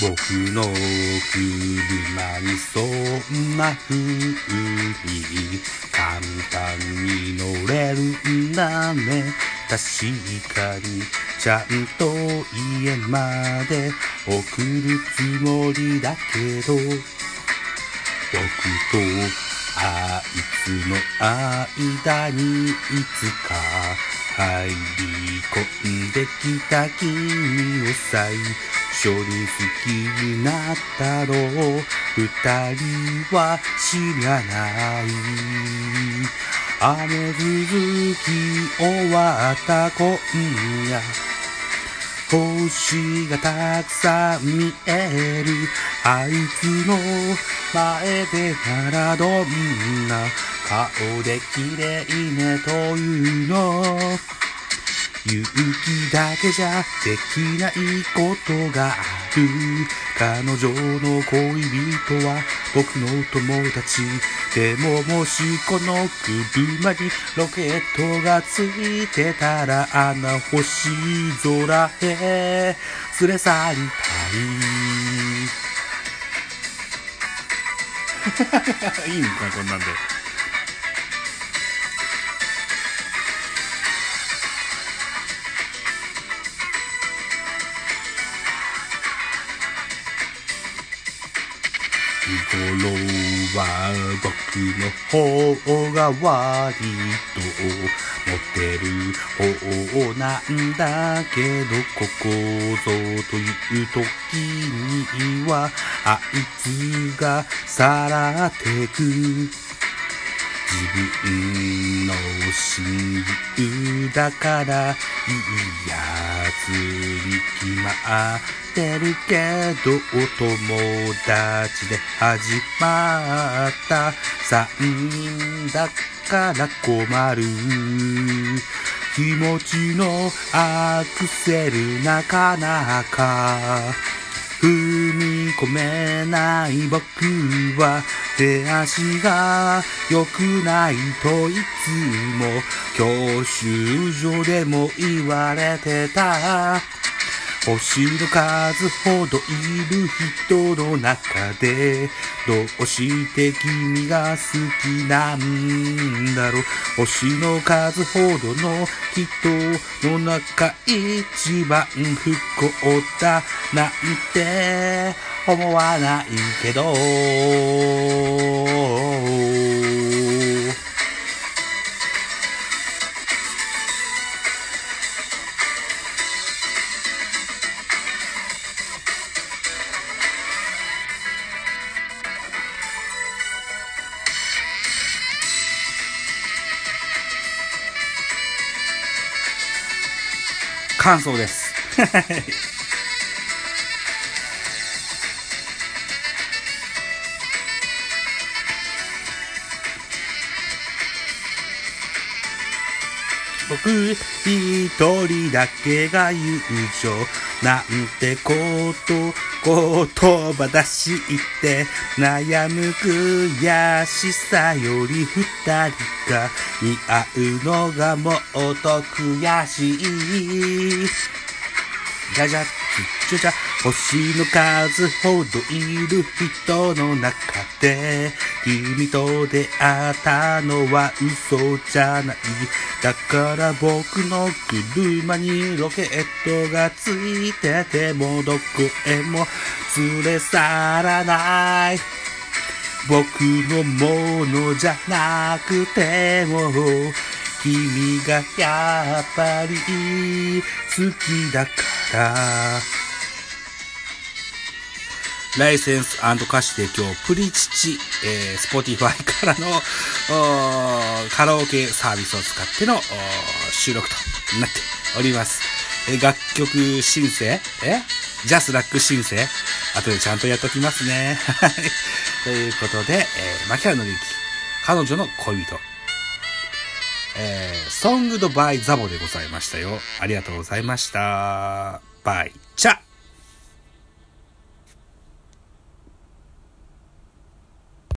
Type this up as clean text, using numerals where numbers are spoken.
僕の車にそんな風に簡単に乗れるんだね。確かにちゃんと家まで送るつもりだけど、僕とあいつの間にいつか入り込んできた君を最初に好きになったのを二人は知らない。雨続き終わった今夜、星がたくさん見える。あいつの前でならどんな顔で綺麗ねというの。勇気だけじゃできないことがある。彼女の恋人は僕の友達でも、もしこの車にロケットがついてたら、あの星空へ連れ去りたいいんかこんなんで。日頃は僕の方が割とモテる方なんだけど、ここぞという時にはあいつがさらってく。自分の親友だからいいやつに決まってるけど、お友達で始まった3人だから困る。気持ちのアクセルなかなか踏み込めない僕は、手足が良くないといつも教習所でも言われてた。星の数ほどいる人の中でどうして君が好きなんだろう。星の数ほどの人の中一番不幸だなんて思わないけど、感想です。僕一人だけが友情なんて言葉出して悩む悔しさより二人が似合うのがもっと悔しい。じゃじゃじゃじゃ星の数ほどいる人の中で君と出会ったのは嘘じゃない。だから僕の車にロケットがついててもどこへも連れ去らない。僕のものじゃなくても君がやっぱり好きだから。ライセンス&歌詞提供プリチチ、Spotify からのカラオケサービスを使っての収録となっております。楽曲申請ジャスラック申請後でちゃんとやっときますね。ということで、牧原のりゆき彼女の恋人、ソングドバイザボでございましたよ。ありがとうございました。バイチャ。